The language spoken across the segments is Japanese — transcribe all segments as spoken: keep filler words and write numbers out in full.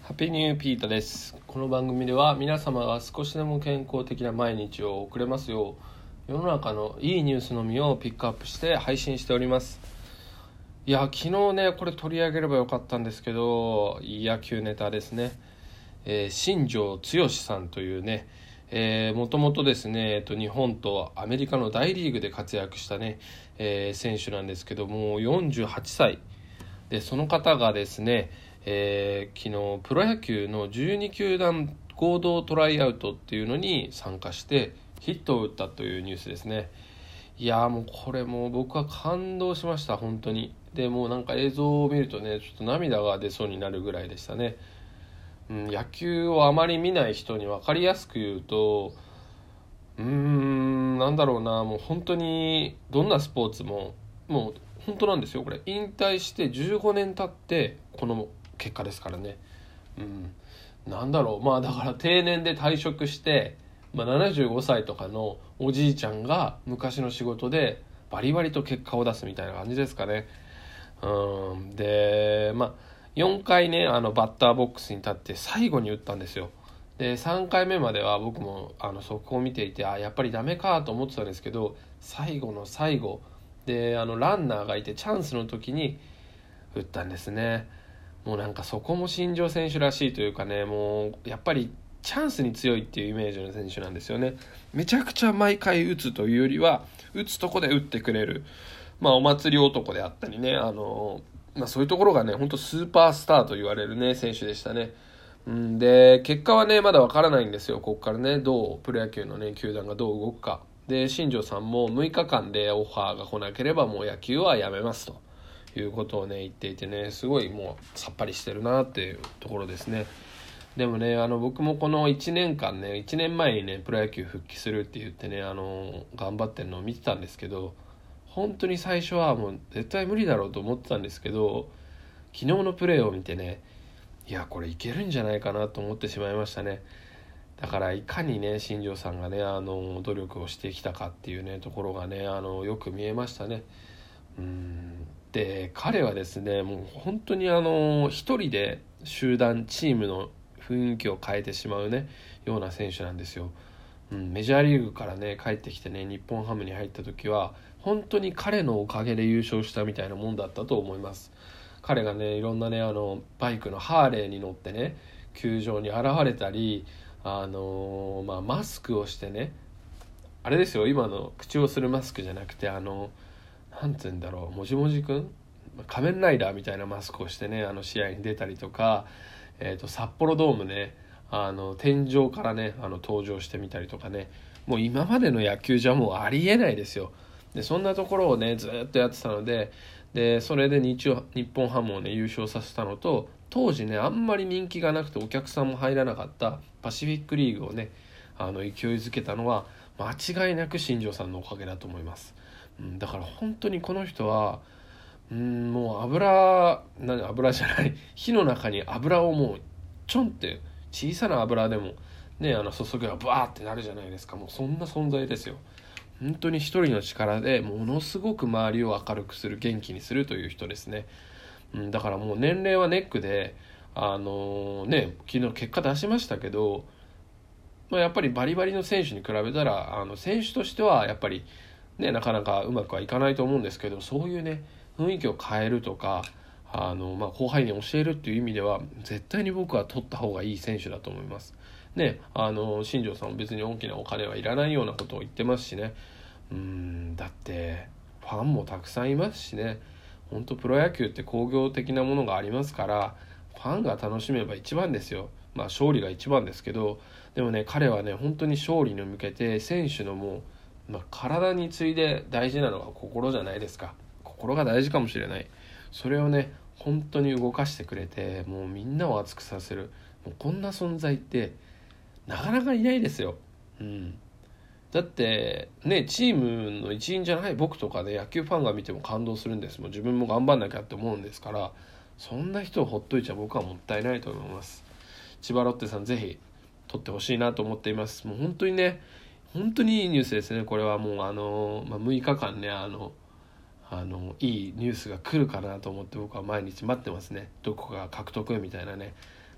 ハッピーニューピータです。この番組では皆様が少しでも健康的な毎日を送れますよう、世の中のいいニュースのみをピックアップして配信しております。いや昨日ねこれ取り上げればよかったんですけど、野球ネタですね。えー、新庄剛志さんというね、えー、もともとですね、えっと、日本とアメリカの大リーグで活躍したね、えー、選手なんですけども、よんじゅうはっさいで、その方がですね、えー、昨日プロ野球のじゅうに球団合同トライアウトっていうのに参加してヒットを打ったというニュースですね。いやーもうこれもう僕は感動しました、本当に。でもうなんか映像を見るとね、ちょっと涙が出そうになるぐらいでしたね。うん、野球をあまり見ない人に分かりやすく言うと、うーんなんだろうな、もう本当にどんなスポーツももう本当なんですよ。これ引退してじゅうごねん経ってこの結果ですからね。うん、なんだろう、まあだから定年で退職して、まあ、ななじゅうごさいとかのおじいちゃんが昔の仕事でバリバリと結果を出すみたいな感じですかね。うんでまあよんかいね、あのバッターボックスに立って最後に打ったんですよ。でさんかいめまでは僕もあの速報を見ていて、あやっぱりダメかと思ってたんですけど、最後の最後であのランナーがいてチャンスの時に打ったんですね。もうなんかそこも新庄選手らしいというかね、もうやっぱりチャンスに強いっていうイメージの選手なんですよね。めちゃくちゃ毎回打つというよりは、打つとこで打ってくれる、まあお祭り男であったりね、あのまあそういうところがね、本当スーパースターと言われるね選手でしたね。うんで結果はねまだわからないんですよ。ここからねどうプロ野球のね球団がどう動くかで、新庄さんもむいかかんでオファーが来なければもう野球はやめますということをね言っていてね、すごいもうさっぱりしてるなっていうところですね。でもね、あの僕もこのいちねんかんね、いちねんまえにねプロ野球復帰するって言ってね、あの頑張ってるのを見てたんですけど、本当に最初はもう絶対無理だろうと思ってたんですけど、昨日のプレーを見てね、いやこれいけるんじゃないかなと思ってしまいましたね。だからいかにね新庄さんがねあの努力をしてきたかっていうねところがね、あのよく見えましたね。うんで彼はですね、もう本当にあの一人で集団チームの雰囲気を変えてしまうねような選手なんですよ。うん、メジャーリーグからね帰ってきてね日本ハムに入った時は本当に彼のおかげで優勝したみたいなもんだったと思います。彼がねいろんなねあのバイクのハーレーに乗ってね球場に現れたり、あのーまあ、マスクをしてね、あれですよ、今の口をするマスクじゃなくて、あのなんて言うんだろう、もじもじくん仮面ライダーみたいなマスクをしてねあの試合に出たりとか、えーと札幌ドームね、あの天井からねあの登場してみたりとかね、もう今までの野球じゃもうありえないですよ。でそんなところをねずっとやってたので、でそれで日日本ハムをね優勝させたのと、当時ねあんまり人気がなくてお客さんも入らなかったパシフィックリーグをねあの勢いづけたのは間違いなく新庄さんのおかげだと思います。うん、だから本当にこの人はうんもう油何油じゃない火の中に油をもうちょんって小さな油でもねあの注げばバーってなるじゃないですか。もうそんな存在ですよ。本当に一人の力でものすごく周りを明るくする、元気にするという人ですね。うん、だからもう年齢はネックで、あのーね昨日結果出しましたけど、まあ、やっぱりバリバリの選手に比べたらあの選手としてはやっぱりねなかなかうまくはいかないと思うんですけど、そういうね雰囲気を変えるとか、あの、まあ、後輩に教えるっていう意味では絶対に僕は取った方がいい選手だと思いますね。あの新庄さんも別に大きなお金はいらないようなことを言ってますしね。うーんだってファンもたくさんいますしね。本当プロ野球って興行的なものがありますから、ファンが楽しめば一番ですよ。まあ勝利が一番ですけど、でもね彼はね本当に勝利に向けて選手のもう、まあ、体に次いで大事なのは心じゃないですか。心が大事かもしれない。それをね本当に動かしてくれて、もうみんなを熱くさせる、もうこんな存在ってなかなかいないですよ。うんだってねチームの一員じゃない僕とかね野球ファンが見ても感動するんです。もう自分も頑張んなきゃって思うんですから、そんな人をほっといちゃ僕はもったいないと思います。千葉ロッテさんぜひ取ってほしいなと思っています。もう本当にね本当にいいニュースですね。これはもうあの、まあ、むいかかんねあのあのいいニュースが来るかなと思って僕は毎日待ってますね。どこが獲得みたいなね。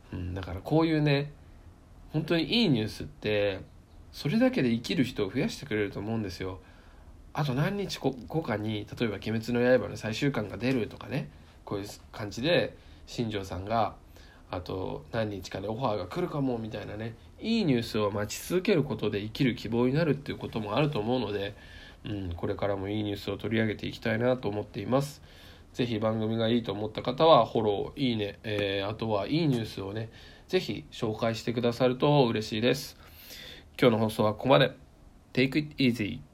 うん、だからこういうね本当にいいニュースってそれだけで生きる人を増やしてくれると思うんですよ。あと何日後かに例えば鬼滅の刃の最終巻が出るとかね、こういう感じで新庄さんがあと何日かでオファーが来るかもみたいなね、いいニュースを待ち続けることで生きる希望になるっていうこともあると思うので、うん、これからもいいニュースを取り上げていきたいなと思っています。ぜひ番組がいいと思った方はフォロー、いいね、えー、あとはいいニュースをねぜひ紹介してくださると嬉しいです。今日の放送はここまで。 Take it easy.